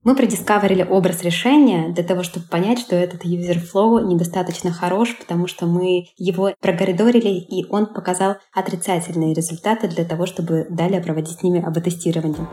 Мы продискаверили образ решения для того, чтобы понять, что этот user flow недостаточно хорош, потому что мы его прогоридорили, и он показал отрицательные результаты для того, чтобы далее проводить с ними АБ-тестирование.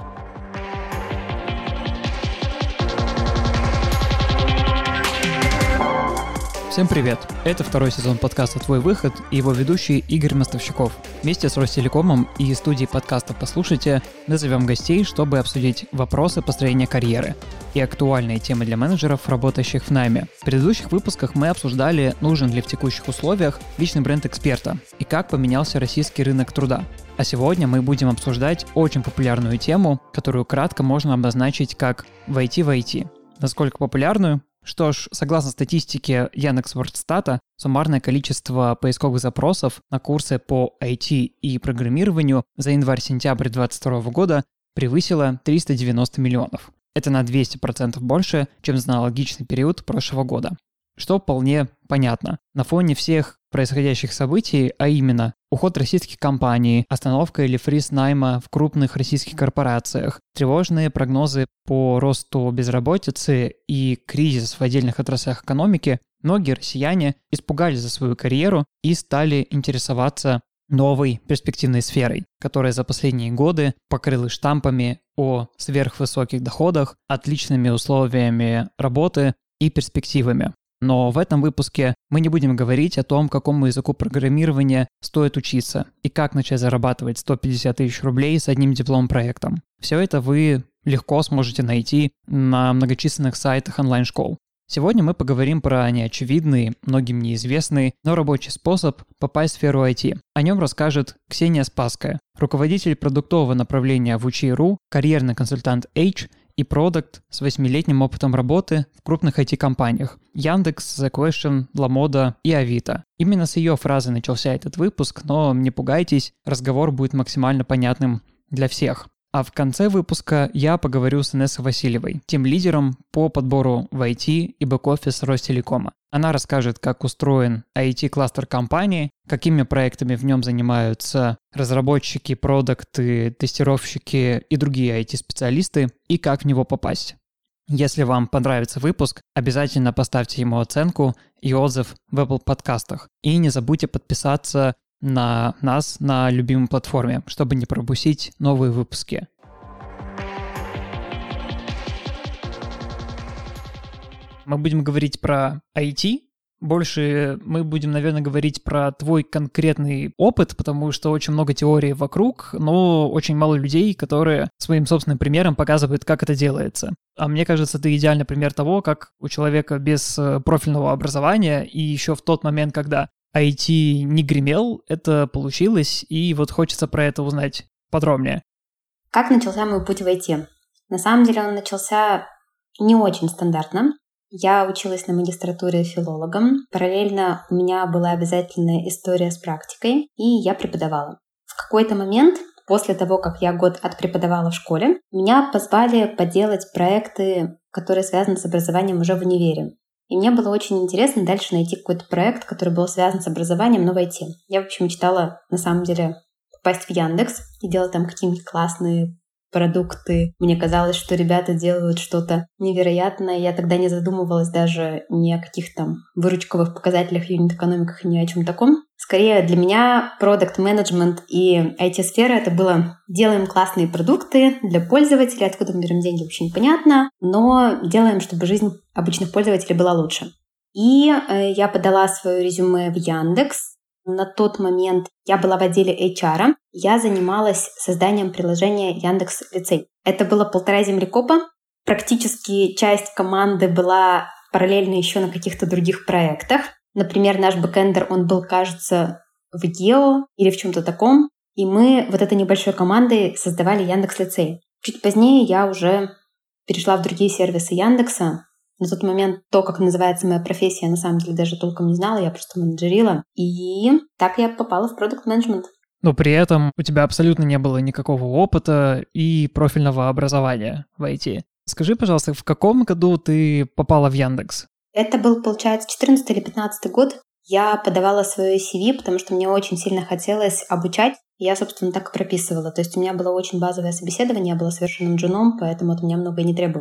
Всем привет! Это второй сезон подкаста «Твой выход» и его ведущий Игорь Мостовщиков. Вместе с Ростелекомом и студией подкаста «Послушайте» мы зовем гостей, чтобы обсудить вопросы построения карьеры и актуальные темы для менеджеров, работающих в найме. В предыдущих выпусках мы обсуждали, нужен ли в текущих условиях личный бренд эксперта и как поменялся российский рынок труда. А сегодня мы будем обсуждать очень популярную тему, которую кратко можно обозначить как «войти в IT». Насколько популярную? Что ж, согласно статистике Яндекс.Вордстата, суммарное количество поисковых запросов на курсы по IT и программированию за январь-сентябрь 2022 года превысило 390 миллионов. Это на 200% больше, чем за аналогичный период прошлого года. Что вполне понятно. На фоне всех происходящих событий, а именно уход российских компаний, остановка или фриз найма в крупных российских корпорациях, тревожные прогнозы по росту безработицы и кризис в отдельных отраслях экономики, многие россияне испугались за свою карьеру и стали интересоваться новой перспективной сферой, которая за последние годы покрылась штампами о сверхвысоких доходах, отличными условиями работы и перспективами. Но в этом выпуске мы не будем говорить о том, какому языку программирования стоит учиться и как начать зарабатывать 150 тысяч рублей с одним диплом-проектом. Все это вы легко сможете найти на многочисленных сайтах онлайн-школ. Сегодня мы поговорим про неочевидный, многим неизвестный, но рабочий способ попасть в сферу IT. О нем расскажет Ксения Спасская, руководитель продуктового направления в Учи.ру, карьерный консультант H и продакт с 8-летним опытом работы в крупных IT-компаниях Яндекс, The Question, Ламода и Авито. Именно с ее фразы начался этот выпуск, но не пугайтесь, разговор будет максимально понятным для всех. А в конце выпуска я поговорю с Инессой Васильевой, тимлидером по подбору в IT и бэк-офис Ростелекома. Она расскажет, как устроен IT-кластер компании, какими проектами в нем занимаются разработчики, продакты, тестировщики и другие IT-специалисты, и как в него попасть. Если вам понравится выпуск, обязательно поставьте ему оценку и отзыв в Apple подкастах. И не забудьте подписаться на нас на любимой платформе, чтобы не пропустить новые выпуски. Мы будем говорить про IT. Больше мы будем, наверное, говорить про твой конкретный опыт, потому что очень много теорий вокруг, но очень мало людей, которые своим собственным примером показывают, как это делается. А мне кажется, ты идеальный пример того, как у человека без профильного образования и еще в тот момент, когда IT не гремел, это получилось, и вот хочется про это узнать подробнее. Как начался мой путь в IT? На самом деле он начался не очень стандартно. Я училась на магистратуре филологом. Параллельно у меня была обязательная история с практикой, и я преподавала. В какой-то момент, после того, как я год отпреподавала в школе, меня позвали поделать проекты, которые связаны с образованием уже в универе. И мне было очень интересно дальше найти какой-то проект, который был связан с образованием, но в IT. Я, в общем, мечтала, на самом деле, попасть в Яндекс и делать там какие-нибудь классные продукты. Мне казалось, что ребята делают что-то невероятное. Я тогда не задумывалась даже ни о каких там выручковых показателях, юнит-экономиках, ни о чем таком. Скорее, для меня продакт-менеджмент и IT-сфера — это было делаем классные продукты для пользователей, откуда мы берем деньги, вообще непонятно, но делаем, чтобы жизнь обычных пользователей была лучше. И я подала свое резюме в Яндекс. На тот момент я была в отделе HR. Я занималась созданием приложения Яндекс.Лицей. Это было 1,5 землекопа. Практически часть команды была параллельно еще на каких-то других проектах. Например, наш бэкэндер, он был, кажется, в Гео или в чем-то таком. И мы вот этой небольшой командой создавали Яндекс.Лицей. Чуть позднее я уже перешла в другие сервисы Яндекса. На тот момент то, как называется моя профессия, я на самом деле даже толком не знала, я просто менеджерила. И так я попала в продакт-менеджмент. Но при этом у тебя абсолютно не было никакого опыта и профильного образования в IT. Скажи, пожалуйста, в каком году ты попала в Яндекс? Это был, получается, 14 или 15 год. Я подавала свое CV, потому что мне очень сильно хотелось обучать. Я, собственно, так и прописывала. То есть у меня было очень базовое собеседование, я была совершенным джуном, поэтому от меня многое не требовалось.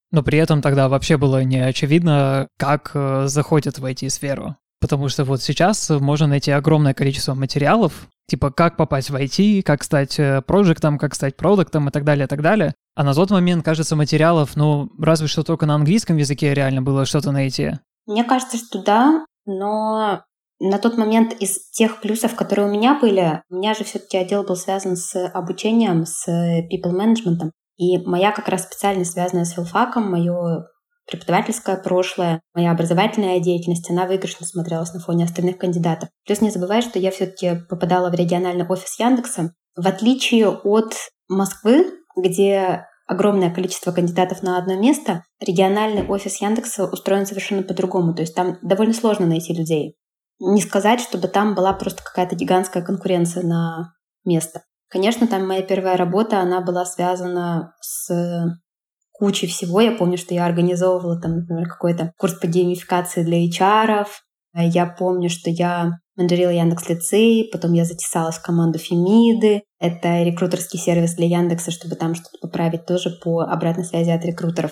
Но при этом тогда вообще было не очевидно, как заходят в IT-сферу. Потому что вот сейчас можно найти огромное количество материалов, типа как попасть в IT, как стать проектом, как стать продуктом и так далее, и так далее. А на тот момент, кажется, материалов, разве что только на английском языке реально было что-то найти. Мне кажется, что да, но на тот момент из тех плюсов, которые у меня были, у меня же все-таки отдел был связан с обучением, с people management. И моя как раз специальность, связанная с филфаком, мое преподавательское прошлое, моя образовательная деятельность, она выигрышно смотрелась на фоне остальных кандидатов. Плюс не забывай, что я все-таки попадала в региональный офис Яндекса. В отличие от Москвы, где огромное количество кандидатов на одно место, региональный офис Яндекса устроен совершенно по-другому. То есть там довольно сложно найти людей. Не сказать, чтобы там была просто какая-то гигантская конкуренция на место. Конечно, там моя первая работа, она была связана с кучей всего. Я помню, что я организовывала там, например, какой-то курс по геймификации для HR-ов. Я помню, что я менторила Яндекс.Лицей, потом я затесалась в команду Фемиды. Это рекрутерский сервис для Яндекса, чтобы там что-то поправить тоже по обратной связи от рекрутеров.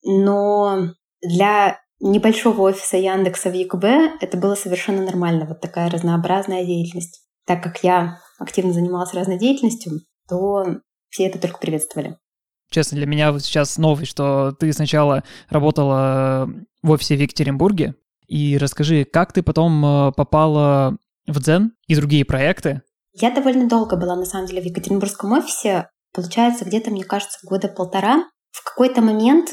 Но для небольшого офиса Яндекса в ЕКБ это было совершенно нормально, вот такая разнообразная деятельность. Так как я активно занималась разной деятельностью, то все это только приветствовали. Честно, для меня вот сейчас новость, что ты сначала работала в офисе в Екатеринбурге, и расскажи, как ты потом попала в Дзен и другие проекты? Я довольно долго была, на самом деле, в Екатеринбургском офисе. Получается, где-то, мне кажется, года 1.5. В какой-то момент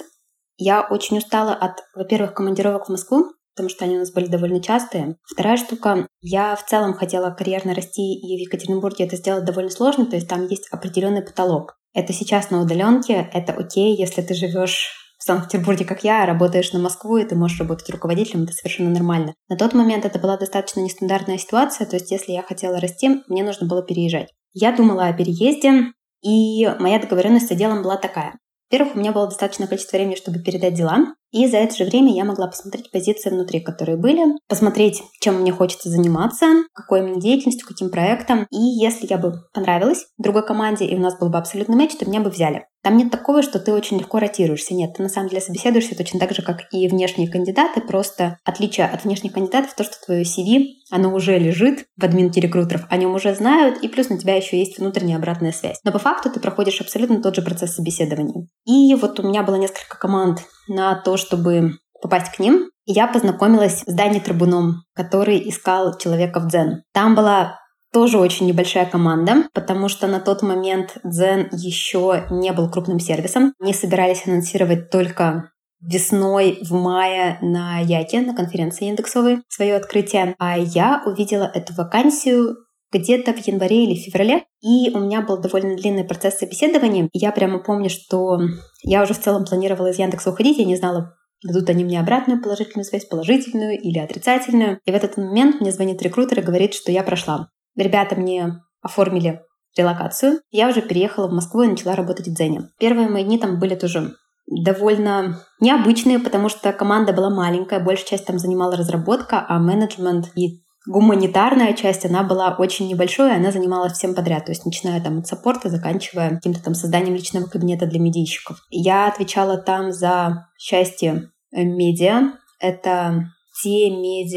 я очень устала от, во-первых, командировок в Москву, потому что они у нас были довольно частые. Вторая штука, я в целом хотела карьерно расти, и в Екатеринбурге это сделать довольно сложно, то есть там есть определенный потолок. Это сейчас на удаленке, это окей, если ты живешь в Санкт-Петербурге, как я, работаешь на Москву, и ты можешь работать руководителем, это совершенно нормально. На тот момент это была достаточно нестандартная ситуация, то есть если я хотела расти, мне нужно было переезжать. Я думала о переезде, и моя договоренность с отделом была такая. Во-первых, у меня было достаточное количество времени, чтобы передать дела, и за это же время я могла посмотреть позиции внутри, которые были, посмотреть, чем мне хочется заниматься, какой именно деятельностью, каким проектом. И если я бы понравилась другой команде, и у нас был бы абсолютный матч, то меня бы взяли. Там нет такого, что ты очень легко ротируешься. Нет, ты на самом деле собеседуешься точно так же, как и внешние кандидаты. Просто отличие от внешних кандидатов то, что твое CV, оно уже лежит в админке рекрутеров, о нем уже знают, и плюс на тебя еще есть внутренняя обратная связь. Но по факту ты проходишь абсолютно тот же процесс собеседования. И вот у меня было несколько команд на то, чтобы попасть к ним. И я познакомилась с Даней Трибуном, который искал человека в Дзен. Там была тоже очень небольшая команда, потому что на тот момент Дзен еще не был крупным сервисом. Они собирались анонсировать только весной, в мае на Яке, на конференции индексовой, свое открытие. А я увидела эту вакансию где-то в январе или феврале, и у меня был довольно длинный процесс собеседования. И я прямо помню, что я уже в целом планировала из Яндекса уходить, я не знала, дадут они мне обратную положительную связь, положительную или отрицательную. И в этот момент мне звонит рекрутер и говорит, что я прошла. Ребята мне оформили релокацию. Я уже переехала в Москву и начала работать в Дзене. Первые мои дни там были тоже довольно необычные, потому что команда была маленькая, большая часть там занимала разработка, а менеджмент и гуманитарная часть, она была очень небольшой, она занималась всем подряд, то есть начиная там от саппорта, заканчивая каким-то там созданием личного кабинета для медийщиков. Я отвечала там за части медиа. Это те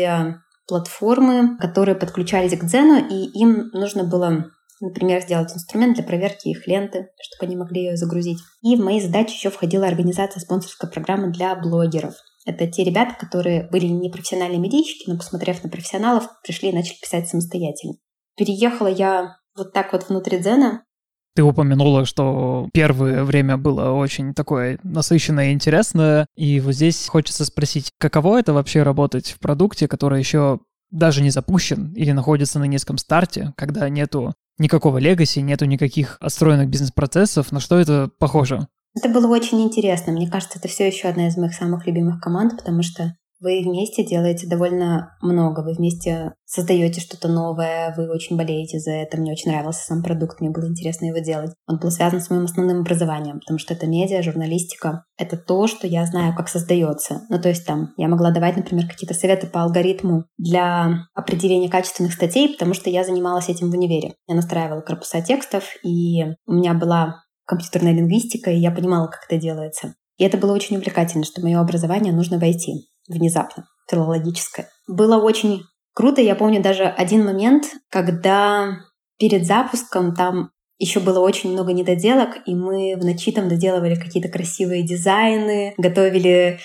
медиа-платформы, которые подключались к Дзену, и им нужно было, например, сделать инструмент для проверки их ленты, чтобы они могли ее загрузить. И в мои задачи еще входила организация спонсорской программы для блогеров. Это те ребята, которые были не профессиональные медийщики, но, посмотрев на профессионалов, пришли и начали писать самостоятельно. Переехала я вот так вот внутри Дзена. Ты упомянула, что первое время было очень такое насыщенное и интересное, и вот здесь хочется спросить, каково это вообще работать в продукте, который еще даже не запущен или находится на низком старте, когда нету никакого легаси, нету никаких отстроенных бизнес-процессов, на что это похоже? Это было очень интересно. Мне кажется, это все еще одна из моих самых любимых команд, потому что вы вместе делаете довольно много, вы вместе создаете что-то новое, вы очень болеете за это. Мне очень нравился сам продукт, мне было интересно его делать. Он был связан с моим основным образованием, потому что это медиа, журналистика. Это то, что я знаю, как создается. Ну, то есть там я могла давать, например, какие-то советы по алгоритму для определения качественных статей, потому что я занималась этим в универе. Я настраивала корпуса текстов, и у меня была компьютерная лингвистика, и я понимала, как это делается. И это было очень увлекательно, что мое образование нужно войти внезапно, филологическое. Было очень круто. Я помню даже один момент, когда перед запуском там еще было очень много недоделок, и мы в ночи там доделывали какие-то красивые дизайны, готовили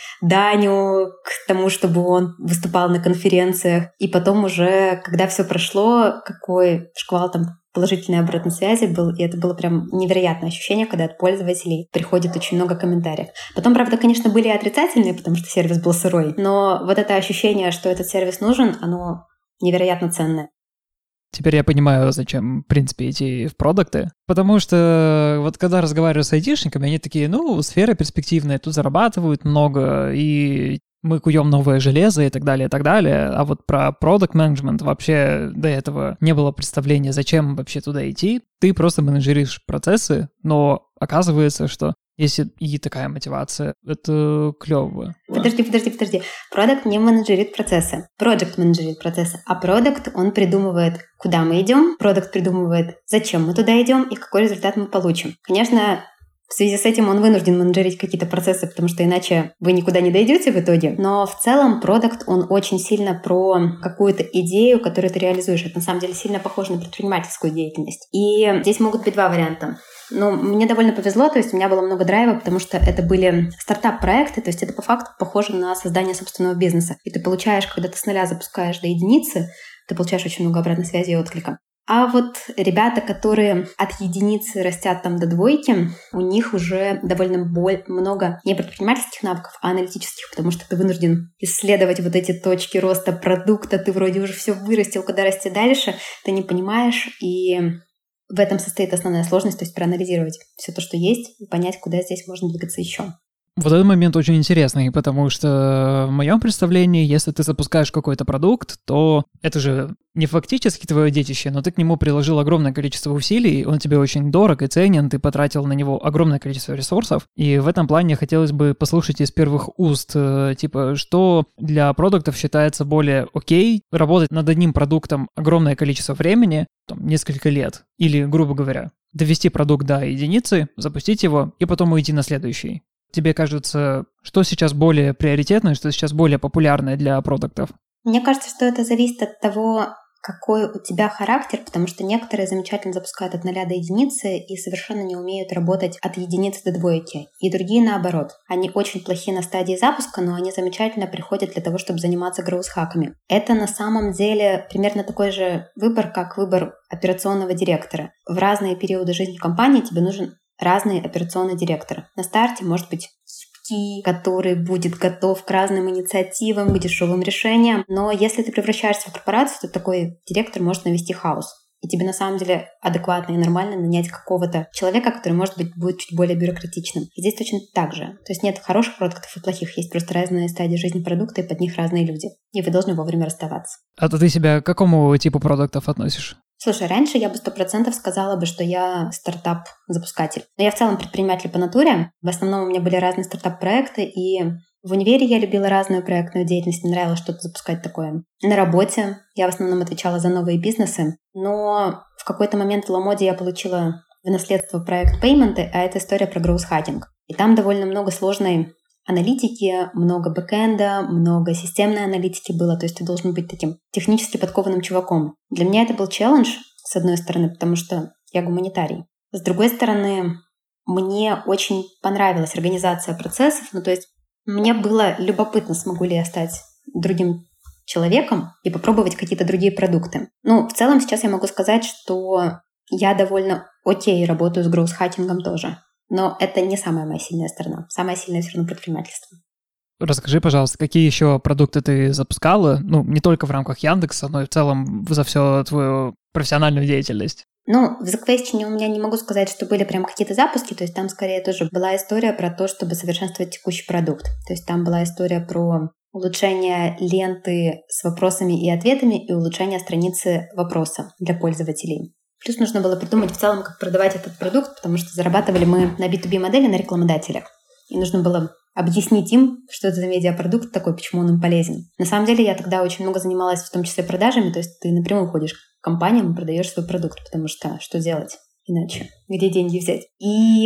Даню к тому, чтобы он выступал на конференциях. И потом уже, когда все прошло, какой шквал там положительной обратной связи был, и это было прям невероятное ощущение, когда от пользователей приходит очень много комментариев. Потом, правда, конечно, были и отрицательные, потому что сервис был сырой, но вот это ощущение, что этот сервис нужен, оно невероятно ценное. Теперь я понимаю, зачем, в принципе, идти в продукты. Потому что вот когда разговариваю с айтишниками, они такие, сфера перспективная, тут зарабатывают много, и мы куем новое железо и так далее, и так далее. А вот про продакт-менеджмент вообще до этого не было представления, зачем вообще туда идти. Ты просто менеджеришь процессы, но оказывается, что если и такая мотивация, это клево. Подожди. Продакт не менеджерит процессы. Проджект менеджерит процессы. А продакт, он придумывает, куда мы идем. Продакт придумывает, зачем мы туда идем и какой результат мы получим. Конечно, в связи с этим он вынужден менеджерить какие-то процессы, потому что иначе вы никуда не дойдете в итоге. Но в целом продакт, он очень сильно про какую-то идею, которую ты реализуешь. Это на самом деле сильно похоже на предпринимательскую деятельность. И здесь могут быть два варианта. Но мне довольно повезло, то есть у меня было много драйва, потому что это были стартап-проекты, то есть это по факту похоже на создание собственного бизнеса. И ты получаешь, когда ты с нуля запускаешь до единицы, ты получаешь очень много обратной связи и отклика. А вот ребята, которые от единицы растят там до двойки, у них уже довольно много не предпринимательских навыков, а аналитических, потому что ты вынужден исследовать вот эти точки роста продукта, ты вроде уже все вырастил, куда расти дальше, ты не понимаешь, и в этом состоит основная сложность, то есть проанализировать все то, что есть, и понять, куда здесь можно двигаться еще. Вот этот момент очень интересный, потому что в моем представлении, если ты запускаешь какой-то продукт, то это же не фактически твое детище, но ты к нему приложил огромное количество усилий, он тебе очень дорог и ценен, ты потратил на него огромное количество ресурсов, и в этом плане хотелось бы послушать из первых уст, типа, что для продуктов считается более окей, работать над одним продуктом огромное количество времени, там, несколько лет, или, грубо говоря, довести продукт до единицы, запустить его и потом уйти на следующий. Тебе кажется, что сейчас более приоритетно, что сейчас более популярное для продуктов? Мне кажется, что это зависит от того, какой у тебя характер, потому что некоторые замечательно запускают от 0 до единицы и совершенно не умеют работать от единицы до двойки. И другие наоборот. Они очень плохи на стадии запуска, но они замечательно приходят для того, чтобы заниматься гроус-хаками. Это на самом деле примерно такой же выбор, как выбор операционного директора. В разные периоды жизни компании тебе нужен разный операционный директор. На старте может быть гибкий, который будет готов к разным инициативам, к дешевым решениям. Но если ты превращаешься в корпорацию, то такой директор может навести хаос. И тебе на самом деле адекватно и нормально нанять какого-то человека, который, может быть, будет чуть более бюрократичным. И здесь точно так же. То есть нет хороших продуктов и плохих. Есть просто разные стадии жизни продукта, и под них разные люди. И вы должны вовремя расставаться. А то ты себя к какому типу продуктов относишь? Слушай, раньше я бы 100% сказала бы, что я стартап-запускатель. Но я в целом предприниматель по натуре. В основном у меня были разные стартап-проекты, и в универе я любила разную проектную деятельность, мне нравилось что-то запускать такое. На работе я в основном отвечала за новые бизнесы, но в какой-то момент в Ламоде я получила в наследство проект Payment, а это история про гроус-хакинг. И там довольно много сложной аналитики, много бэкэнда, много системной аналитики было, то есть ты должен быть таким технически подкованным чуваком. Для меня это был челлендж, с одной стороны, потому что я гуманитарий. С другой стороны, мне очень понравилась организация процессов, то есть мне было любопытно, смогу ли я стать другим человеком и попробовать какие-то другие продукты. В целом сейчас я могу сказать, что я довольно окей работаю с гроус-хакингом тоже. Но это не самая моя сильная сторона. Самая сильная все равно предпринимательство. Расскажи, пожалуйста, какие еще продукты ты запускала? Не только в рамках Яндекса, но и в целом за всю твою профессиональную деятельность. В ZQuestion у меня не могу сказать, что были прям какие-то запуски. То есть там скорее тоже была история про то, чтобы совершенствовать текущий продукт. То есть там была история про улучшение ленты с вопросами и ответами и улучшение страницы вопроса для пользователей. Плюс нужно было придумать в целом, как продавать этот продукт, потому что зарабатывали мы на B2B модели, на рекламодателях. И нужно было объяснить им, что это за медиапродукт такой, почему он им полезен. На самом деле я тогда очень много занималась в том числе продажами, то есть ты напрямую ходишь к компаниям и продаешь свой продукт, потому что что делать иначе? Где деньги взять? И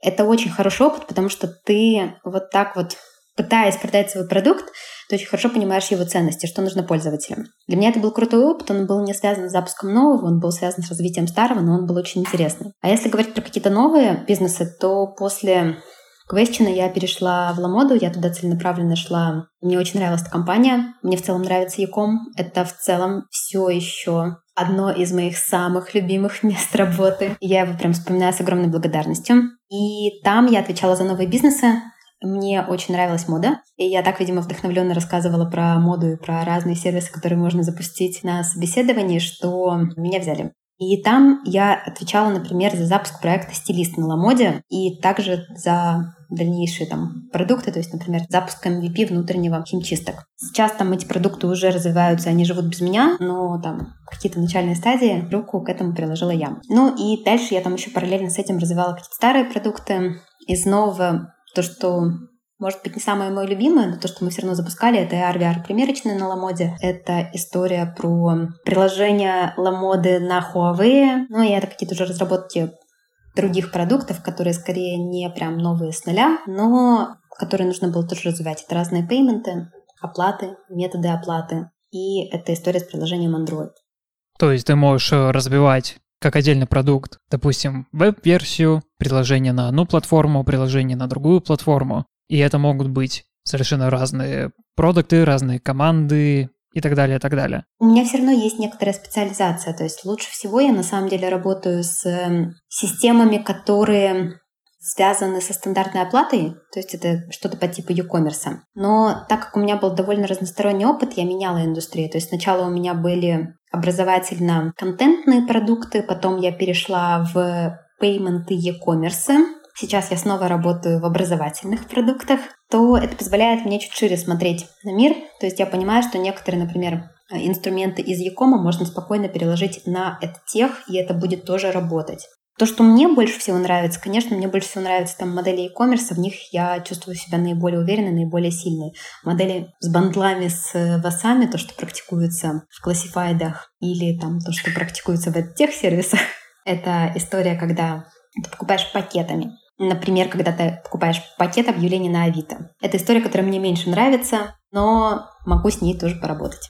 это очень хороший опыт, потому что ты вот так вот, пытаясь продать свой продукт, ты очень хорошо понимаешь его ценности, что нужно пользователям. Для меня это был крутой опыт, он был не связан с запуском нового, он был связан с развитием старого, но он был очень интересный. А если говорить про какие-то новые бизнесы, то после Question я перешла в Ламоду, я туда целенаправленно шла. Мне очень нравилась эта компания, мне в целом нравится e-com. Это в целом все еще одно из моих самых любимых мест работы. Я его прям вспоминаю с огромной благодарностью. И там я отвечала за новые бизнесы. Мне очень нравилась мода, и я так, видимо, вдохновленно рассказывала про моду и про разные сервисы, которые можно запустить на собеседовании, что меня взяли. И там я отвечала, например, за запуск проекта «Стилист» на Ламоде и также за дальнейшие там продукты, то есть, например, запуск MVP внутреннего химчисток. Сейчас там эти продукты уже развиваются, они живут без меня, но там какие-то начальные стадии руку к этому приложила я. Ну и дальше я там еще параллельно с этим развивала какие-то старые продукты. Из нового то, что, может быть, не самое мое любимое, но то, что мы все равно запускали, это AR/VR примерочная на Ламоде. Это история про приложение Ламоды на Huawei. Ну и это какие-то уже разработки других продуктов, которые скорее не прям новые с нуля, но которые нужно было тоже развивать. Это разные пейменты, оплаты, методы оплаты. И это история с приложением Android. То есть ты можешь развивать как отдельный продукт, допустим, веб-версию, приложение на одну платформу, приложение на другую платформу. И это могут быть совершенно разные продукты, разные команды и так далее, и так далее. У меня все равно есть некоторая специализация. То есть лучше всего я на самом деле работаю с системами, которые связаны со стандартной оплатой, то есть это что-то по типу e-commerce. Но так как у меня был довольно разносторонний опыт, я меняла индустрию. То есть сначала у меня были образовательно-контентные продукты, потом я перешла в пейменты e-commerce. Сейчас я снова работаю в образовательных продуктах, то это позволяет мне чуть шире смотреть на мир. То есть я понимаю, что некоторые, например, инструменты из e-com можно спокойно переложить на EdTech, и это будет тоже работать. То, что мне больше всего нравится, конечно, мне больше всего нравятся там модели e-commerce, в них я чувствую себя наиболее уверенно, наиболее сильной. Модели с бандлами, с васами, то, что практикуется в классифайдах, или там то, что практикуется в тех сервисах, это история, когда ты покупаешь пакетами. Например, когда ты покупаешь пакет объявлений на Авито. Это история, которая мне меньше нравится, но могу с ней тоже поработать.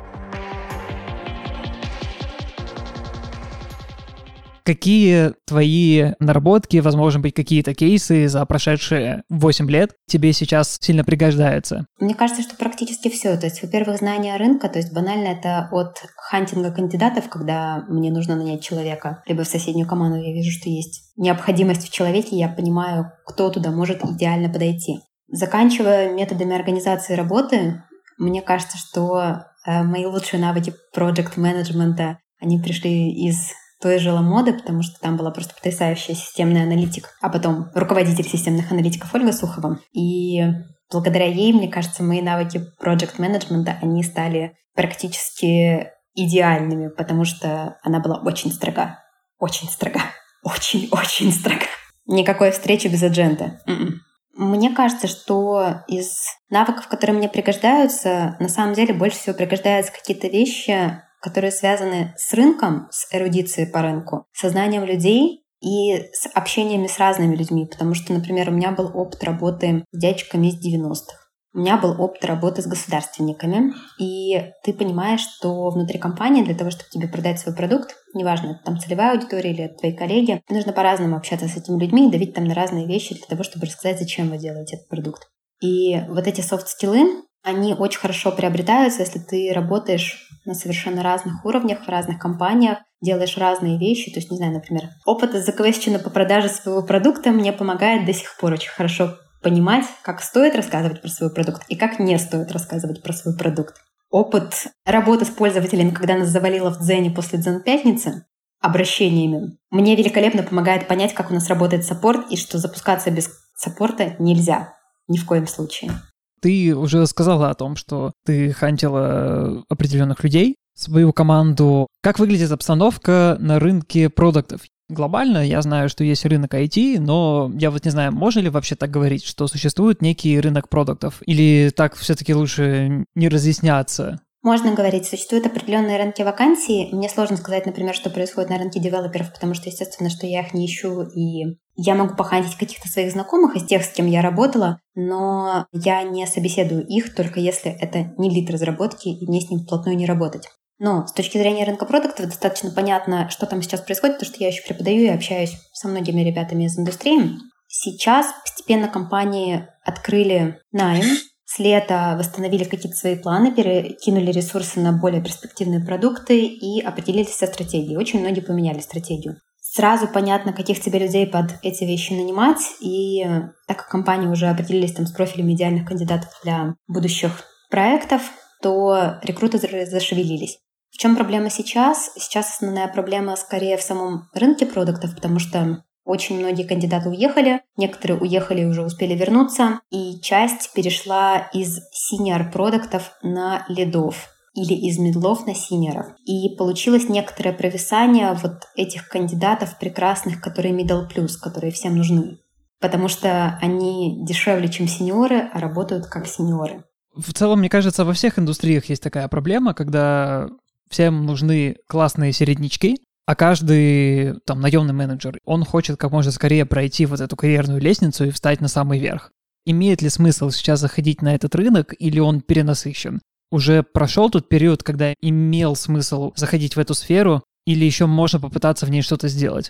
Какие твои наработки, возможно быть, какие-то кейсы за прошедшие 8 лет тебе сейчас сильно пригождаются? Мне кажется, что практически все. То есть, во-первых, знание рынка, то есть банально это от хантинга кандидатов, когда мне нужно нанять человека, либо в соседнюю команду я вижу, что есть необходимость в человеке, я понимаю, кто туда может идеально подойти. Заканчивая методами организации работы, мне кажется, что мои лучшие навыки проект-менеджмента, они пришли из той же Ламоды, потому что там была просто потрясающая системный аналитик, а потом руководитель системных аналитиков Ольга Сухова. И благодаря ей, мне кажется, мои навыки проект-менеджмента, они стали практически идеальными, потому что она была очень строга. Очень строга. Очень-очень строга. Никакой встречи без адженда. Мне кажется, что из навыков, которые мне пригождаются, на самом деле больше всего пригождаются какие-то вещи, которые связаны с рынком, с эрудицией по рынку, со знанием людей и с общениями с разными людьми. Потому что, например, у меня был опыт работы с дядечками из 90-х. У меня был опыт работы с государственниками. И ты понимаешь, что внутри компании для того, чтобы тебе продать свой продукт, неважно, это там целевая аудитория или это твои коллеги, нужно по-разному общаться с этими людьми и давить там на разные вещи для того, чтобы рассказать, зачем вы делаете этот продукт. И вот эти софт-скиллы, они очень хорошо приобретаются, если ты работаешь на совершенно разных уровнях, в разных компаниях, делаешь разные вещи. То есть, не знаю, например, опыт из заквестчена по продаже своего продукта мне помогает до сих пор очень хорошо понимать, как стоит рассказывать про свой продукт и как не стоит рассказывать про свой продукт. Опыт работы с пользователями, когда нас завалило в Дзене после Дзен-пятницы, обращениями, мне великолепно помогает понять, как у нас работает саппорт и что запускаться без саппорта нельзя. Ни в коем случае. Ты уже сказала о том, что ты хантила определенных людей, свою команду. Как выглядит обстановка на рынке продуктов? Глобально я знаю, что есть рынок IT, но я вот не знаю, можно ли вообще так говорить, что существует некий рынок продуктов? Или так все-таки лучше не разъясняться? Можно говорить, существуют определенные рынки вакансий. Мне сложно сказать, например, что происходит на рынке девелоперов, потому что, естественно, что я их не ищу, и я могу похантить каких-то своих знакомых из тех, с кем я работала, но я не собеседую их, только если это не лид разработки, и мне с ним вплотную не работать. Но с точки зрения рынка продуктов достаточно понятно, что там сейчас происходит, потому что я еще преподаю и общаюсь со многими ребятами из индустрии. Сейчас постепенно компании открыли найм, с лета восстановили какие-то свои планы, перекинули ресурсы на более перспективные продукты и определились со стратегией. Очень многие поменяли стратегию. Сразу понятно, каких тебе людей под эти вещи нанимать, и так как компании уже определились там с профилями идеальных кандидатов для будущих проектов, то рекрутеры зашевелились. В чем проблема сейчас? Сейчас основная проблема скорее в самом рынке продуктов, потому что очень многие кандидаты уехали, некоторые уехали и уже успели вернуться, и часть перешла из синьор-продуктов на лидов или из мидлов на синьоров. И получилось некоторое провисание вот этих кандидатов прекрасных, которые middle plus, которые всем нужны, потому что они дешевле, чем сеньоры, а работают как сеньоры. В целом, мне кажется, во всех индустриях есть такая проблема, когда всем нужны классные середнячки, а каждый там наемный менеджер, он хочет как можно скорее пройти вот эту карьерную лестницу и встать на самый верх. Имеет ли смысл сейчас заходить на этот рынок или он перенасыщен? Уже прошел тот период, когда имел смысл заходить в эту сферу, или еще можно попытаться в ней что-то сделать?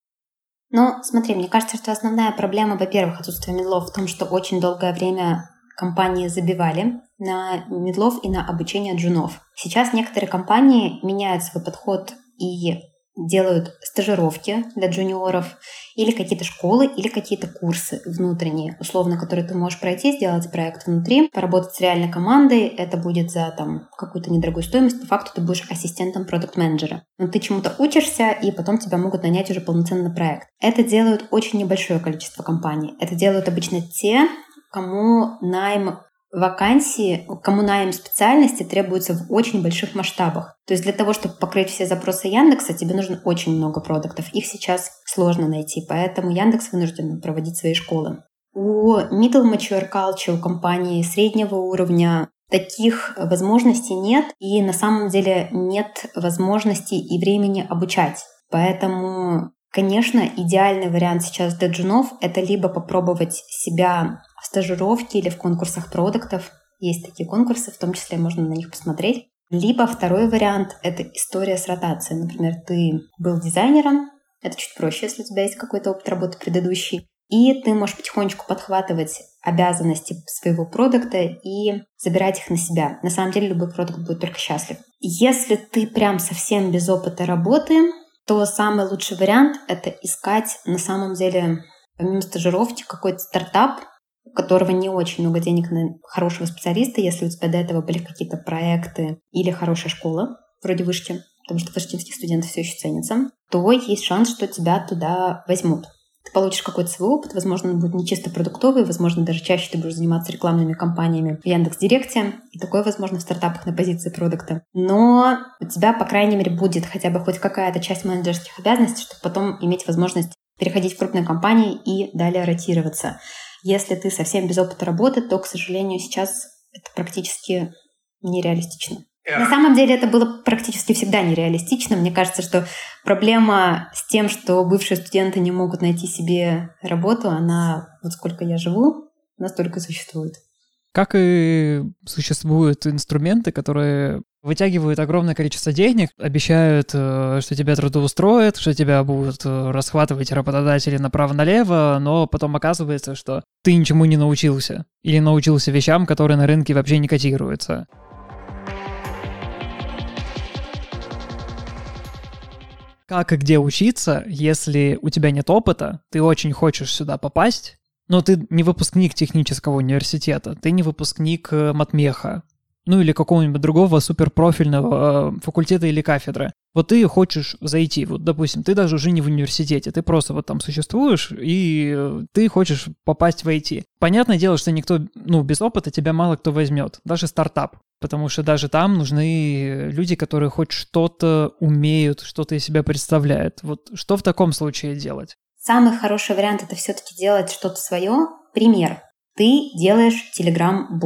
Ну, смотри, мне кажется, что основная проблема, во-первых, отсутствие мидлов в том, что очень долгое время компании забивали на мидлов и на обучение джунов. Сейчас некоторые компании меняют свой подход и делают стажировки для джуниоров или какие-то школы, или какие-то курсы внутренние, условно, которые ты можешь пройти, сделать проект внутри, поработать с реальной командой. Это будет за там какую-то недорогую стоимость. По факту ты будешь ассистентом продакт-менеджера. Но ты чему-то учишься, и потом тебя могут нанять уже полноценный проект. Это делают очень небольшое количество компаний. Это делают обычно те, кому найм вакансии, кому найм специальности требуется в очень больших масштабах. То есть для того, чтобы покрыть все запросы Яндекса, тебе нужно очень много продуктов. Их сейчас сложно найти, поэтому Яндекс вынужден проводить свои школы. У middle mature culture, у компаний среднего уровня таких возможностей нет, и на самом деле нет возможности и времени обучать. Поэтому, конечно, идеальный вариант сейчас для джунов — это либо попробовать себя в стажировке или в конкурсах продуктов. Есть такие конкурсы, в том числе можно на них посмотреть. Либо второй вариант — это история с ротацией. Например, ты был дизайнером, это чуть проще, если у тебя есть какой-то опыт работы предыдущий, и ты можешь потихонечку подхватывать обязанности своего продукта и забирать их на себя. На самом деле любой продукт будет только счастлив. Если ты прям совсем без опыта работы, то самый лучший вариант — это искать на самом деле, помимо стажировки, какой-то стартап, у которого не очень много денег на хорошего специалиста, если у тебя до этого были какие-то проекты или хорошая школа, вроде вышки, потому что вышкинские студенты все еще ценятся, то есть шанс, что тебя туда возьмут. Ты получишь какой-то свой опыт, возможно, он будет не чисто продуктовый, возможно, даже чаще ты будешь заниматься рекламными кампаниями в Яндекс.Директе, и такое возможно в стартапах на позиции продукта. Но у тебя, по крайней мере, будет хотя бы хоть какая-то часть менеджерских обязанностей, чтобы потом иметь возможность переходить в крупные компании и далее ротироваться. Если ты совсем без опыта работы, то, к сожалению, сейчас это практически нереалистично. На самом деле это было практически всегда нереалистично. Мне кажется, что проблема с тем, что бывшие студенты не могут найти себе работу, она, вот сколько я живу, настолько существует. Как и существуют инструменты, которые вытягивают огромное количество денег, обещают, что тебя трудоустроят, что тебя будут расхватывать работодатели направо-налево, но потом оказывается, что ты ничему не научился или научился вещам, которые на рынке вообще не котируются. Как и где учиться, если у тебя нет опыта, ты очень хочешь сюда попасть, но ты не выпускник технического университета, ты не выпускник матмеха, ну или какого-нибудь другого суперпрофильного факультета или кафедры. Вот ты хочешь зайти, вот, допустим, ты даже уже не в университете, ты просто вот там существуешь, и ты хочешь попасть в IT. Понятное дело, что никто, без опыта тебя мало кто возьмет, даже стартап, потому что даже там нужны люди, которые хоть что-то умеют, что-то из себя представляют. Вот что в таком случае делать? Самый хороший вариант — это все-таки делать что-то свое. Пример. Ты делаешь Telegram-бот.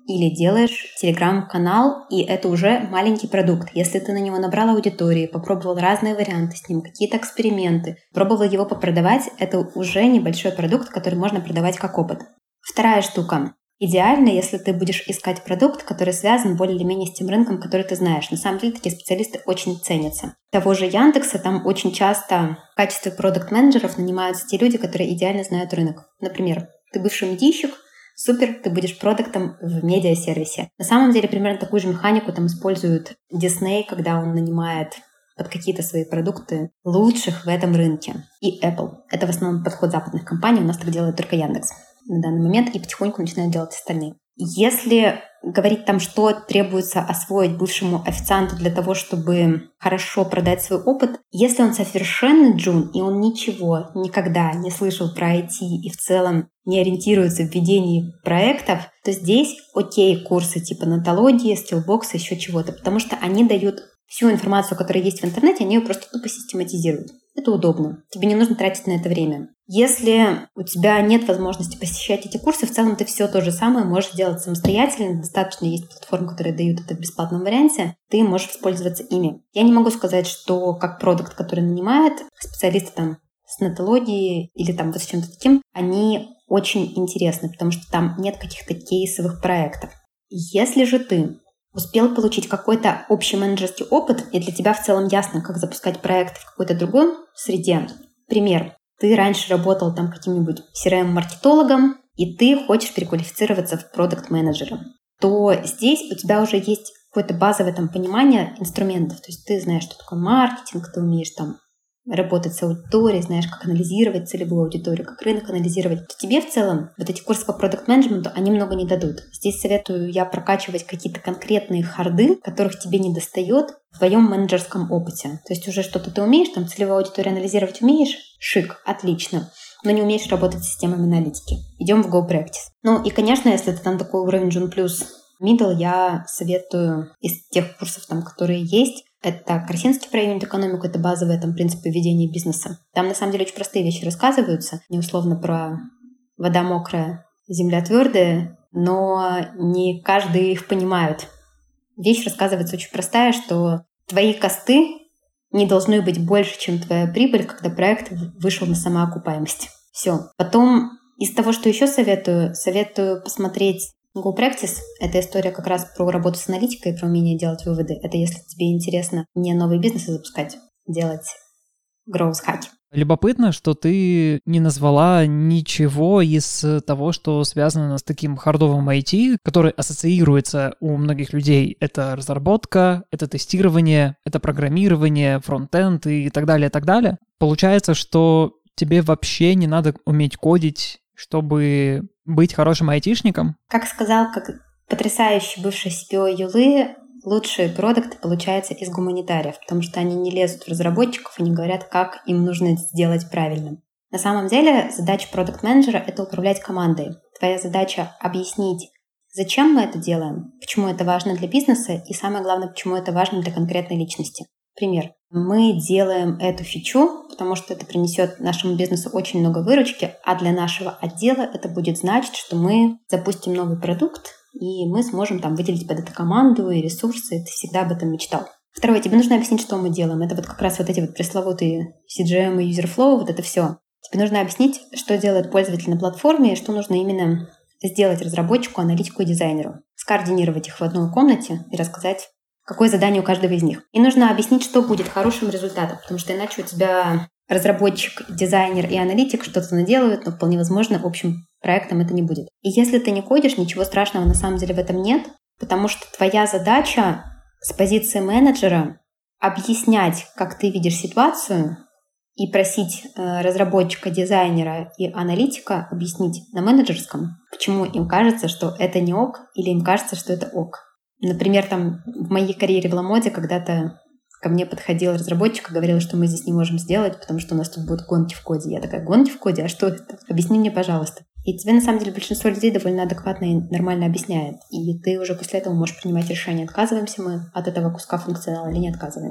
или делаешь телеграм-канал, и это уже маленький продукт. Если ты на него набрал аудитории, попробовал разные варианты с ним, какие-то эксперименты, пробовал его попродавать, это уже небольшой продукт, который можно продавать как опыт. Вторая штука. Идеально, если ты будешь искать продукт, который связан более или менее с тем рынком, который ты знаешь. На самом деле такие специалисты очень ценятся. Того же Яндекса там очень часто в качестве продакт-менеджеров нанимаются те люди, которые идеально знают рынок. Например, ты бывший медийщик, супер, ты будешь продуктом в медиасервисе. На самом деле примерно такую же механику там использует Disney, когда он нанимает под какие-то свои продукты лучших в этом рынке. И Apple. Это в основном подход западных компаний, у нас так делает только Яндекс на данный момент, и потихоньку начинают делать остальные. Если говорить там, что требуется освоить бывшему официанту для того, чтобы хорошо продать свой опыт, если он совершенный джун, и он ничего никогда не слышал про IT и в целом не ориентируется в ведении проектов, то здесь окей курсы типа Натологии, Skillbox, еще чего-то, потому что они дают всю информацию, которая есть в интернете, они ее просто тупо систематизируют. Это удобно. Тебе не нужно тратить на это время. Если у тебя нет возможности посещать эти курсы, в целом ты все то же самое можешь делать самостоятельно. Достаточно есть платформы, которые дают это в бесплатном варианте. Ты можешь воспользоваться ими. Я не могу сказать, что как продукт, который нанимает специалисты там с Натологии или там вот с чем-то таким, они очень интересны, потому что там нет каких-то кейсовых проектов. Если же ты успел получить какой-то общий менеджерский опыт, и для тебя в целом ясно, как запускать проект в какой-то другой среде. Пример. Ты раньше работал там каким-нибудь CRM-маркетологом, и ты хочешь переквалифицироваться в продакт-менеджера, то здесь у тебя уже есть какое-то базовое там понимание инструментов. То есть ты знаешь, что такое маркетинг, ты умеешь там работать с аудиторией, знаешь, как анализировать целевую аудиторию, как рынок анализировать, то тебе в целом вот эти курсы по продакт-менеджменту, они много не дадут. Здесь советую я прокачивать какие-то конкретные харды, которых тебе не достает в твоем менеджерском опыте. То есть уже что-то ты умеешь, там целевую аудиторию анализировать умеешь, шик, отлично, но не умеешь работать с системами аналитики. Идем в Go Practice. Ну и, конечно, если ты там такой уровень June Plus Middle, я советую из тех курсов, там, которые есть, это Красинский про юнит-экономику, это базовые там принципы ведения бизнеса. Там на самом деле очень простые вещи рассказываются, не условно про вода мокрая, земля твердая, но не каждый их понимает. Вещь рассказывается очень простая, что твои косты не должны быть больше, чем твоя прибыль, когда проект вышел на самоокупаемость. Все. Потом из того, что еще советую посмотреть Go Practice — это история как раз про работу с аналитикой, про умение делать выводы. Это если тебе интересно не новые бизнесы запускать, делать growth-хаки. Любопытно, что ты не назвала ничего из того, что связано с таким хардовым IT, который ассоциируется у многих людей. Это разработка, это тестирование, это программирование, фронт-энд и так далее, и так далее. Получается, что тебе вообще не надо уметь кодить, чтобы быть хорошим айтишником? Как сказал, как потрясающий бывший CPO Юлы, лучшие продукты получаются из гуманитариев, потому что они не лезут в разработчиков и не говорят, как им нужно сделать правильно. На самом деле задача продакт-менеджера — это управлять командой. Твоя задача — объяснить, зачем мы это делаем, почему это важно для бизнеса и, самое главное, почему это важно для конкретной личности. Пример. Мы делаем эту фичу, потому что это принесет нашему бизнесу очень много выручки, а для нашего отдела это будет значить, что мы запустим новый продукт, и мы сможем там выделить под это команду и ресурсы. Ты всегда об этом мечтал. Второе, тебе нужно объяснить, что мы делаем. Это вот как раз вот эти вот пресловутые CGM и User Flow, вот это все. Тебе нужно объяснить, что делает пользователь на платформе, и что нужно именно сделать разработчику, аналитику и дизайнеру. Скоординировать их в одной комнате и рассказать, какое задание у каждого из них. И нужно объяснить, что будет хорошим результатом, потому что иначе у тебя разработчик, дизайнер и аналитик что-то наделают, но вполне возможно, общим проектом это не будет. И если ты не кодишь, ничего страшного на самом деле в этом нет, потому что твоя задача с позиции менеджера объяснять, как ты видишь ситуацию, и просить разработчика, дизайнера и аналитика объяснить на менеджерском, почему им кажется, что это не ок, или им кажется, что это ок. Например, там в моей карьере в Ламоде когда-то ко мне подходил разработчик и говорил, что мы здесь не можем сделать, потому что у нас тут будут гонки в коде. Я такая, гонки в коде? А что это? Объясни мне, пожалуйста. И тебе, на самом деле, большинство людей довольно адекватно и нормально объясняет. И ты уже после этого можешь принимать решение, отказываемся мы от этого куска функционала или не отказываемся.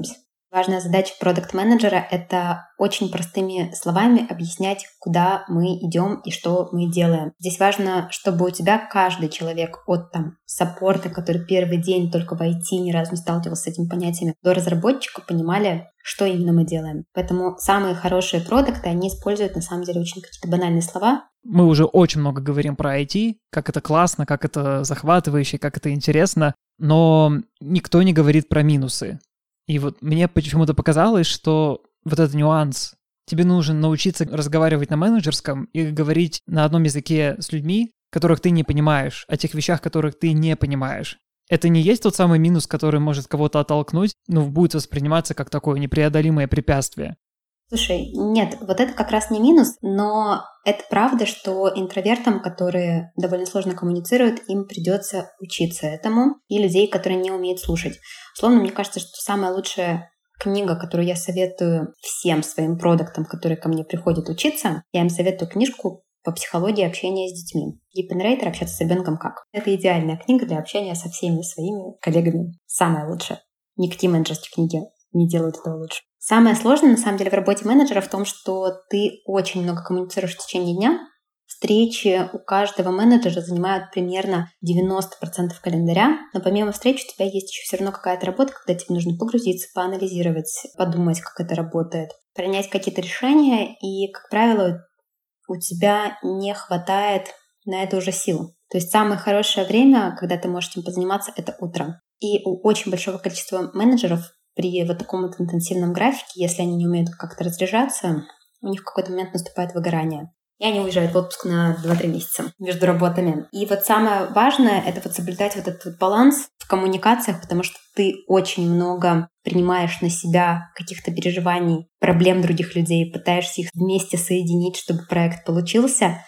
Важная задача продакт-менеджера — это очень простыми словами объяснять, куда мы идем и что мы делаем. Здесь важно, чтобы у тебя каждый человек от саппорта, который первый день только в IT, ни разу не сталкивался с этими понятиями, до разработчика понимали, что именно мы делаем. Поэтому самые хорошие продукты, они используют на самом деле очень какие-то банальные слова. Мы уже очень много говорим про IT, как это классно, как это захватывающе, как это интересно, но никто не говорит про минусы. И вот мне почему-то показалось, что вот этот нюанс, тебе нужно научиться разговаривать на менеджерском и говорить на одном языке с людьми, которых ты не понимаешь, о тех вещах, которых ты не понимаешь. Это не есть тот самый минус, который может кого-то оттолкнуть, но будет восприниматься как такое непреодолимое препятствие. Слушай, нет, вот это как раз не минус, но это правда, что интровертам, которые довольно сложно коммуницируют, им придется учиться этому, и людей, которые не умеют слушать. Условно, мне кажется, что самая лучшая книга, которую я советую всем своим продуктам, которые ко мне приходят учиться, я им советую книжку по психологии общения с детьми. Гиппенрейтер «Общаться с ребенком как». Это идеальная книга для общения со всеми своими коллегами. Самая лучшая. Никакие менеджерские книги не делают этого лучше. Самое сложное, на самом деле, в работе менеджера в том, что ты очень много коммуницируешь в течение дня. Встречи у каждого менеджера занимают примерно 90% календаря, но помимо встреч у тебя есть еще все равно какая-то работа, когда тебе нужно погрузиться, поанализировать, подумать, как это работает, принять какие-то решения, и, как правило, у тебя не хватает на это уже сил. То есть самое хорошее время, когда ты можешь этим позаниматься, это утро. И у очень большого количества менеджеров при вот таком вот интенсивном графике, если они не умеют как-то разряжаться, у них в какой-то момент наступает выгорание. И они уезжают в отпуск на 2-3 месяца между работами. И вот самое важное — это вот соблюдать вот этот вот баланс в коммуникациях, потому что ты очень много принимаешь на себя каких-то переживаний, проблем других людей, пытаешься их вместе соединить, чтобы проект получился.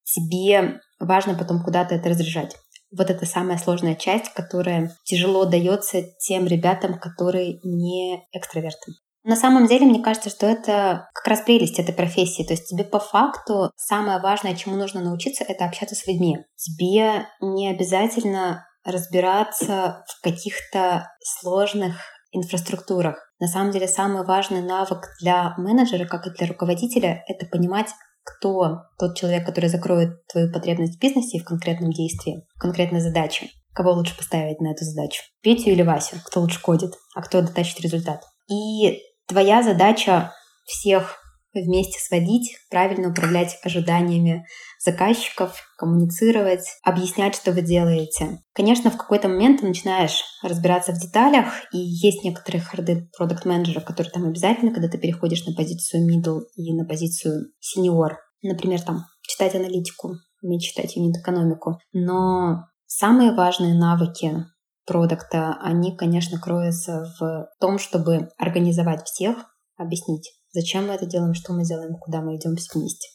Тебе важно потом куда-то это разряжать. Вот это самая сложная часть, которая тяжело дается тем ребятам, которые не экстраверты. На самом деле, мне кажется, что это как раз прелесть этой профессии. То есть тебе по факту самое важное, чему нужно научиться, это общаться с людьми. Тебе не обязательно разбираться в каких-то сложных инфраструктурах. На самом деле, самый важный навык для менеджера, как и для руководителя, это понимать, кто тот человек, который закроет твою потребность в бизнесе и в конкретном действии, в конкретной задаче. Кого лучше поставить на эту задачу? Петю или Васю? Кто лучше кодит, а кто дотащит результат? И твоя задача всех вместе сводить, правильно управлять ожиданиями заказчиков, коммуницировать, объяснять, что вы делаете. Конечно, в какой-то момент ты начинаешь разбираться в деталях, и есть некоторые харды продакт-менеджеров, которые там обязательно, когда ты переходишь на позицию middle и на позицию senior, например, читать аналитику, уметь читать юнит-экономику. Но самые важные навыки продукта, они, конечно, кроются в том, чтобы организовать всех, объяснить, зачем мы это делаем, что мы делаем, куда мы идем все вместе.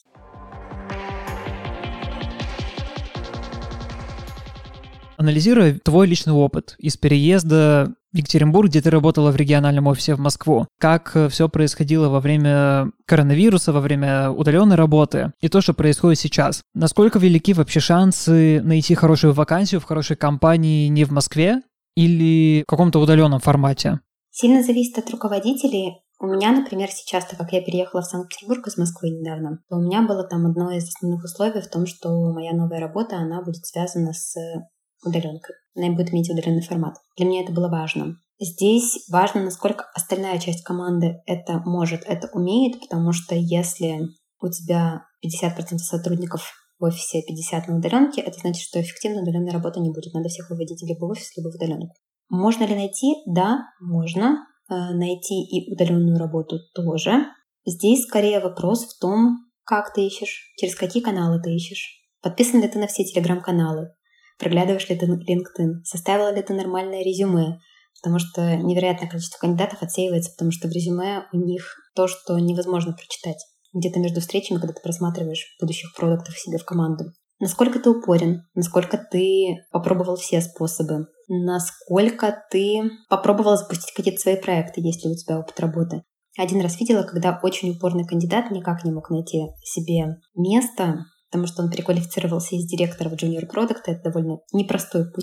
Анализируя твой личный опыт из переезда в Екатеринбург, где ты работала в региональном офисе в Москву, как все происходило во время коронавируса, во время удаленной работы, и то, что происходит сейчас. Насколько велики вообще шансы найти хорошую вакансию в хорошей компании не в Москве или в каком-то удаленном формате? Сильно зависит от руководителей. У меня, например, сейчас, так как я переехала в Санкт-Петербург из Москвы недавно, то у меня было одно из основных условий в том, что моя новая работа, она будет связана с удаленкой. Она будет иметь удаленный формат. Для меня это было важно. Здесь важно, насколько остальная часть команды это может, это умеет, потому что если у тебя 50% сотрудников в офисе, 50% на удаленке, это значит, что эффективной удаленной работы не будет. Надо всех выводить либо в офис, либо в удаленку. Можно ли найти? Да, можно. Найти и удаленную работу тоже. Здесь скорее вопрос в том, как ты ищешь, через какие каналы ты ищешь. Подписан ли ты на все телеграм-каналы? Проглядываешь ли ты LinkedIn? Составила ли ты нормальное резюме? Потому что невероятное количество кандидатов отсеивается, потому что в резюме у них то, что невозможно прочитать. Где-то между встречами, когда ты просматриваешь будущих продуктов себе в команду. Насколько ты упорен, насколько ты попробовал все способы, насколько ты попробовал запустить какие-то свои проекты, есть ли у тебя опыт работы. Один раз видела, когда очень упорный кандидат никак не мог найти себе место, потому что он переквалифицировался из директора в junior продукта. Это довольно непростой путь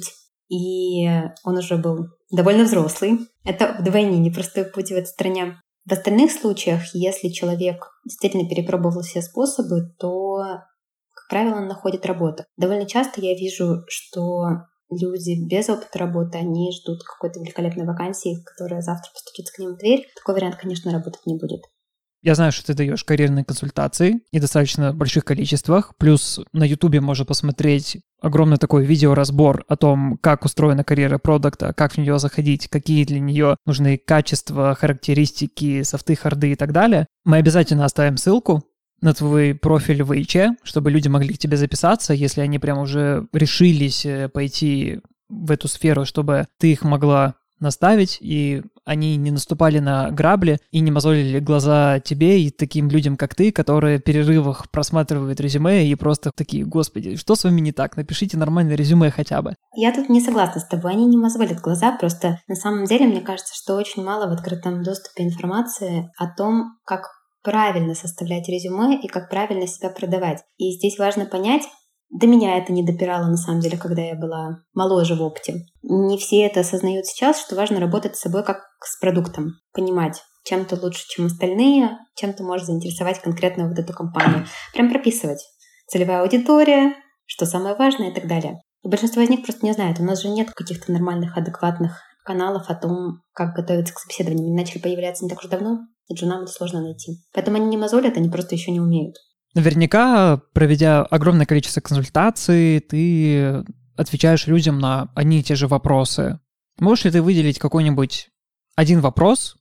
и он уже был довольно взрослый. Это вдвойне непростой путь в этой стране. В остальных случаях, если человек действительно перепробовал все способы, то, как правило, он находит работу. Довольно часто я вижу, что люди без опыта работы, они ждут какой-то великолепной вакансии, которая завтра постучится к ним в дверь. Такой вариант, конечно, работать не будет. Я знаю, что ты даешь карьерные консультации и достаточно больших количествах. Плюс на Ютубе можно посмотреть огромный такой видеоразбор о том, как устроена карьера продукта, как в нее заходить, какие для нее нужны качества, характеристики, софты, харды и так далее. Мы обязательно оставим ссылку на твой профиль в ИЧ, чтобы люди могли к тебе записаться, если они прям уже решились пойти в эту сферу, чтобы ты их могла наставить, и они не наступали на грабли и не мозолили глаза тебе и таким людям, как ты, которые в перерывах просматривают резюме и просто такие: господи, что с вами не так? Напишите нормальное резюме хотя бы. Я тут не согласна с тобой, они не мозолят глаза, просто на самом деле мне кажется, что очень мало в открытом доступе информации о том, как правильно составлять резюме и как правильно себя продавать. И здесь важно понять, до меня это не допирало, на самом деле, когда я была моложе в опыте. Не все это осознают сейчас, что важно работать с собой как с продуктом. Понимать, чем ты лучше, чем остальные, чем ты можешь заинтересовать конкретно вот эту компанию. Прям прописывать. Целевая аудитория, что самое важное и так далее. И большинство из них просто не знает. У нас же нет каких-то нормальных, адекватных каналов о том, как готовиться к собеседованию. Они начали появляться не так уж давно, и джунам это сложно найти. Поэтому они не мозолят, они просто еще не умеют. Наверняка, проведя огромное количество консультаций, ты отвечаешь людям на одни и те же вопросы. Можешь ли ты выделить какой-нибудь один вопрос,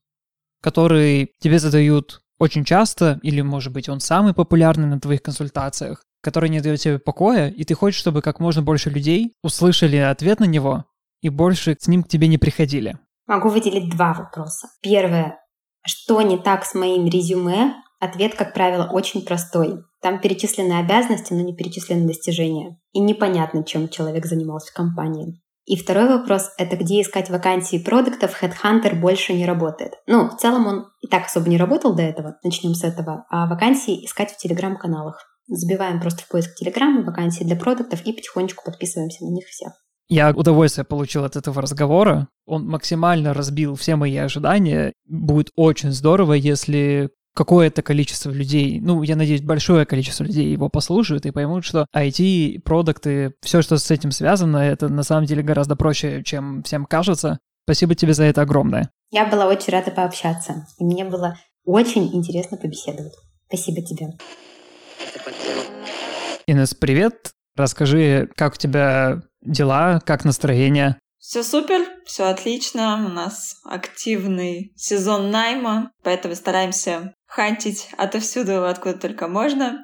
который тебе задают очень часто, или, может быть, он самый популярный на твоих консультациях, который не дает тебе покоя, и ты хочешь, чтобы как можно больше людей услышали ответ на него и больше с ним к тебе не приходили? Могу выделить два вопроса. Первое. Что не так с моим резюме? Ответ, как правило, очень простой. Там перечислены обязанности, но не перечислены достижения. И непонятно, чем человек занимался в компании. И второй вопрос — это где искать вакансии продуктов. Headhunter больше не работает. В целом он и так особо не работал до этого. Начнем с этого. А вакансии искать в телеграм-каналах. Забиваем просто в поиск телеграм вакансии для продуктов и потихонечку подписываемся на них всех. Я удовольствие получил от этого разговора. Он максимально разбил все мои ожидания. Будет очень здорово, если какое-то количество людей, я надеюсь, большое количество людей его послушают и поймут, что IT, продукты, все, что с этим связано, это на самом деле гораздо проще, чем всем кажется. Спасибо тебе за это огромное. Я была очень рада пообщаться. И мне было очень интересно побеседовать. Спасибо тебе. Инесс, привет. Расскажи, как у тебя дела, как настроение? Все супер, все отлично. У нас активный сезон найма, поэтому стараемся хантить отовсюду, откуда только можно.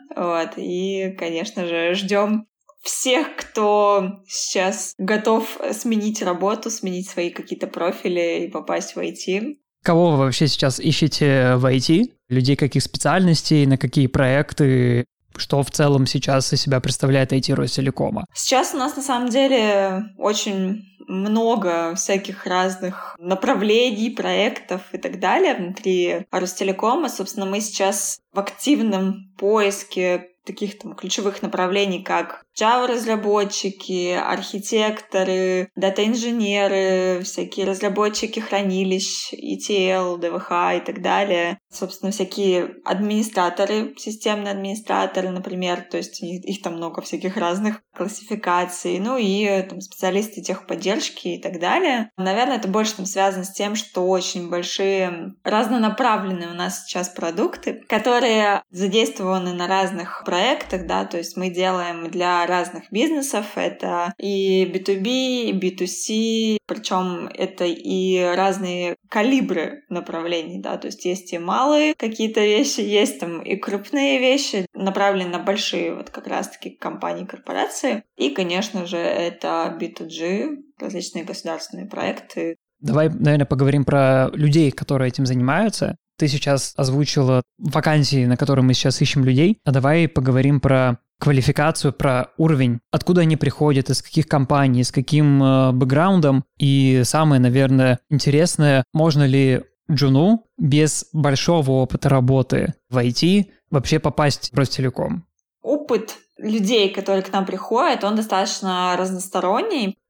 И, конечно же, ждем всех, кто сейчас готов сменить работу, сменить свои какие-то профили и попасть в IT. Кого вы вообще сейчас ищете в IT? Людей каких специальностей, на какие проекты? Что в целом сейчас из себя представляет IT Ростелекома? Сейчас у нас на самом деле очень много всяких разных направлений, проектов и так далее внутри Ростелекома. Собственно, мы сейчас в активном поиске таких ключевых направлений, как Java-разработчики, архитекторы, дата-инженеры, всякие разработчики хранилищ, ETL, DVH и так далее. Собственно, всякие администраторы, системные администраторы, например, то есть их там много всяких разных классификаций, и специалисты техподдержки и так далее. Наверное, это больше связано с тем, что очень большие разнонаправленные у нас сейчас продукты, которые задействованы на разных проектах, то есть мы делаем для разных бизнесов, это и B2B, и B2C, причем это и разные калибры направлений, то есть есть и малые какие-то вещи, есть и крупные вещи, направленные на большие как раз-таки компании, корпорации, и, конечно же, это B2G, различные государственные проекты. Давай, наверное, поговорим про людей, которые этим занимаются. Ты сейчас озвучила вакансии, на которые мы сейчас ищем людей, а давай поговорим про квалификацию, про уровень, откуда они приходят, из каких компаний, с каким бэкграундом. И самое, наверное, интересное, можно ли джуну без большого опыта работы в IT вообще попасть в Ростелеком? Опыт людей, которые к нам приходят, он достаточно разносторонний.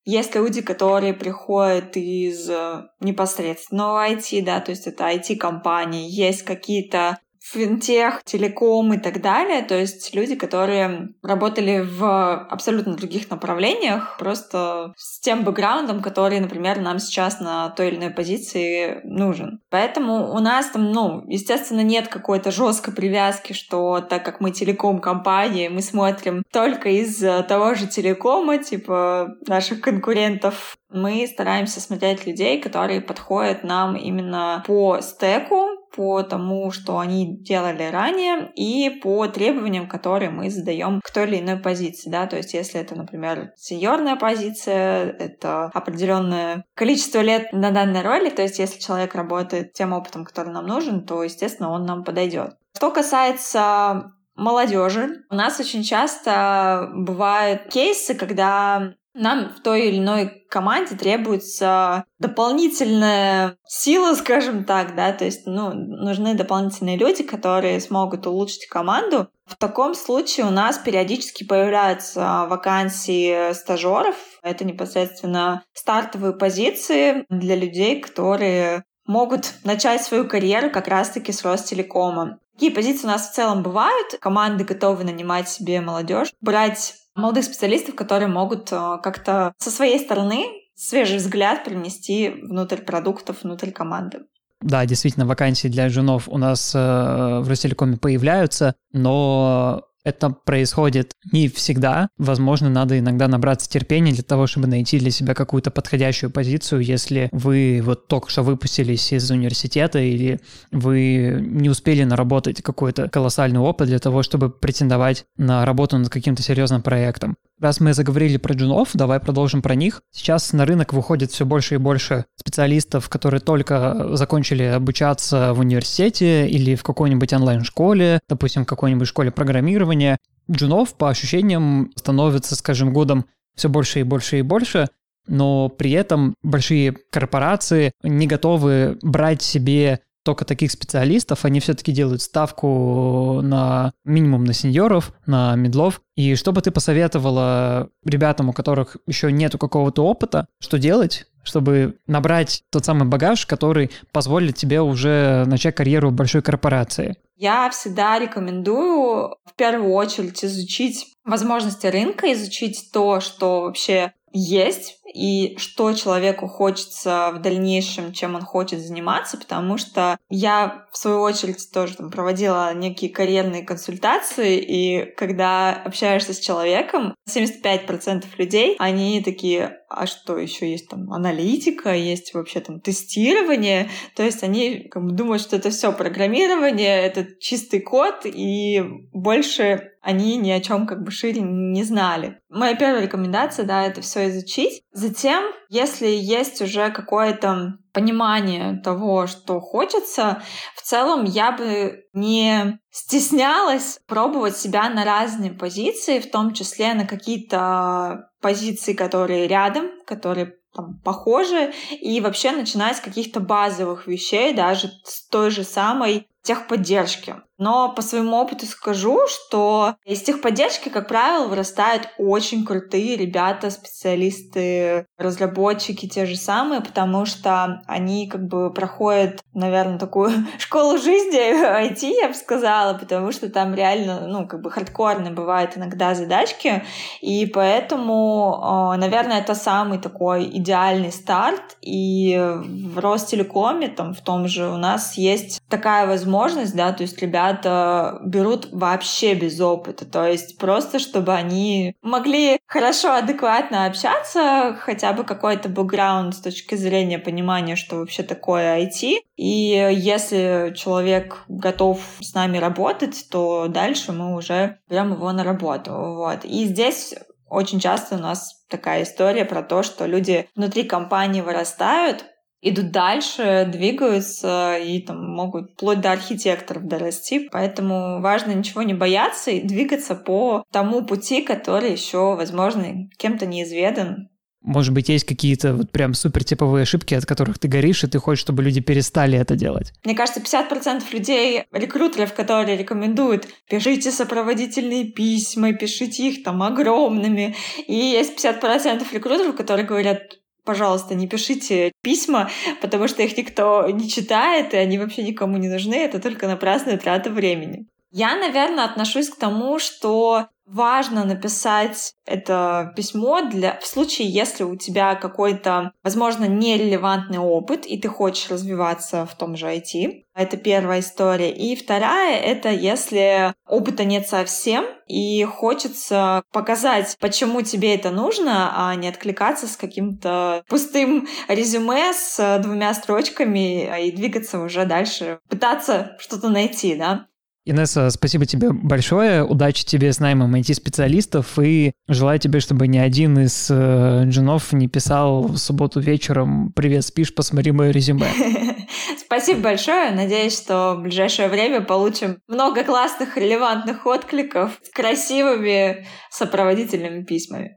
Есть люди, которые приходят из непосредственного IT, да, то есть это IT-компании, есть какие-то финтех, телеком и так далее, то есть люди, которые работали в абсолютно других направлениях, просто с тем бэкграундом, который, например, нам сейчас на той или иной позиции нужен. Поэтому у нас там, естественно, нет какой-то жесткой привязки, что так как мы телеком-компания, мы смотрим только из того же телекома, типа наших конкурентов. Мы стараемся смотреть людей, которые подходят нам именно по стеку, по тому, что они делали ранее, и по требованиям, которые мы задаем к той или иной позиции. Да? То есть если это, например, сеньорная позиция, это определенное количество лет на данной роли, то есть если человек работает тем опытом, который нам нужен, то, естественно, он нам подойдет. Что касается молодежи, у нас очень часто бывают кейсы, когда нам в той или иной команде требуется дополнительная сила, скажем так, да, то есть, нужны дополнительные люди, которые смогут улучшить команду. В таком случае у нас периодически появляются вакансии стажеров. Это непосредственно стартовые позиции для людей, которые могут начать свою карьеру как раз-таки с Ростелекома. Такие позиции у нас в целом бывают. Команды готовы нанимать себе молодежь, брать молодых специалистов, которые могут как-то со своей стороны свежий взгляд привнести внутрь продуктов, внутрь команды. Да, действительно, вакансии для джунов у нас в Ростелекоме появляются, но это происходит не всегда. Возможно, надо иногда набраться терпения для того, чтобы найти для себя какую-то подходящую позицию, если вы вот только что выпустились из университета или вы не успели наработать какой-то колоссальный опыт для того, чтобы претендовать на работу над каким-то серьезным проектом. Раз мы заговорили про джунов, давай продолжим про них. Сейчас на рынок выходит все больше и больше специалистов, которые только закончили обучаться в университете или в какой-нибудь онлайн-школе, допустим, в какой-нибудь школе программирования. Джунов, по ощущениям, становится с каждым годом все больше и больше и больше, но при этом большие корпорации не готовы брать себе только таких специалистов, они все-таки делают ставку на минимум на сеньоров, на мидлов. И что бы ты посоветовала ребятам, у которых еще нету какого-то опыта, что делать, чтобы набрать тот самый багаж, который позволит тебе уже начать карьеру в большой корпорации? Я всегда рекомендую в первую очередь изучить возможности рынка, изучить то, что вообще есть, и что человеку хочется в дальнейшем, чем он хочет заниматься, потому что я, в свою очередь, тоже проводила некие карьерные консультации, и когда общаешься с человеком, 75% людей, они такие: а что еще есть там аналитика, есть вообще там тестирование, то есть они думают, что это все программирование, это чистый код, и больше они ни о чем шире не знали. Моя первая рекомендация, да, это все изучить. Затем, если есть уже какое-то понимание того, что хочется, в целом я бы не стеснялась пробовать себя на разные позиции, в том числе на какие-то позиции, которые рядом, которые похожи, и вообще начинать с каких-то базовых вещей, даже с той же самой техподдержки. Но по своему опыту скажу, что из техподдержки, как правило, вырастают очень крутые ребята, специалисты, разработчики те же самые, потому что они проходят, наверное, такую школу жизни IT, я бы сказала, потому что там реально, хардкорные бывают иногда задачки, и поэтому, наверное, это самый такой идеальный старт, и в Ростелекоме, в том же, у нас есть такая возможность, да, то есть ребята берут вообще без опыта, то есть просто чтобы они могли хорошо, адекватно общаться, хотя бы какой-то бэкграунд с точки зрения понимания, что вообще такое IT. И если человек готов с нами работать, то дальше мы уже берем его на работу. Вот. И здесь очень часто у нас такая история про то, что люди внутри компании вырастают, идут дальше, двигаются и могут вплоть до архитекторов дорасти. Поэтому важно ничего не бояться и двигаться по тому пути, который еще, возможно, кем-то неизведан. Может быть, есть какие-то вот прям супертиповые ошибки, от которых ты горишь, и ты хочешь, чтобы люди перестали это делать? Мне кажется, 50% людей, рекрутеров, которые рекомендуют, пишите сопроводительные письма, пишите их там огромными. И есть 50% рекрутеров, которые говорят: пожалуйста, не пишите письма, потому что их никто не читает, и они вообще никому не нужны, это только напрасная трата времени. Я, наверное, отношусь к тому, что важно написать это письмо в случае, если у тебя какой-то, возможно, нерелевантный опыт, и ты хочешь развиваться в том же IT. Это первая история. И вторая — это если опыта нет совсем, и хочется показать, почему тебе это нужно, а не откликаться с каким-то пустым резюме с 2 строчками и двигаться уже дальше, пытаться что-то найти, да. Инесса, спасибо тебе большое, удачи тебе с наймом IT-специалистов, и желаю тебе, чтобы ни один из джунов не писал в субботу вечером: «Привет, спишь? Посмотри мое резюме». Спасибо большое, надеюсь, что в ближайшее время получим много классных, релевантных откликов с красивыми сопроводительными письмами.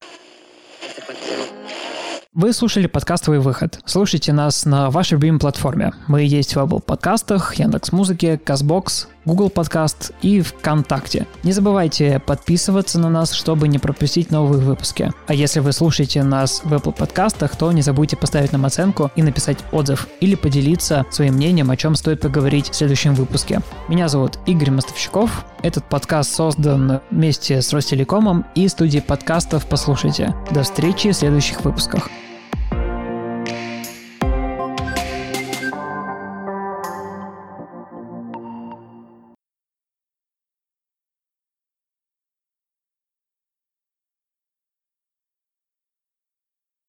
Вы слушали подкаст «Твой выход». Слушайте нас на вашей любимой платформе. Мы есть в Apple подкастах, Яндекс.Музыке, Castbox, Google Подкаст и ВКонтакте. Не забывайте подписываться на нас, чтобы не пропустить новые выпуски. А если вы слушаете нас в Apple подкастах, то не забудьте поставить нам оценку и написать отзыв или поделиться своим мнением, о чем стоит поговорить в следующем выпуске. Меня зовут Игорь Мостовщиков. Этот подкаст создан вместе с Ростелекомом и студией подкастов «Послушайте». До встречи в следующих выпусках.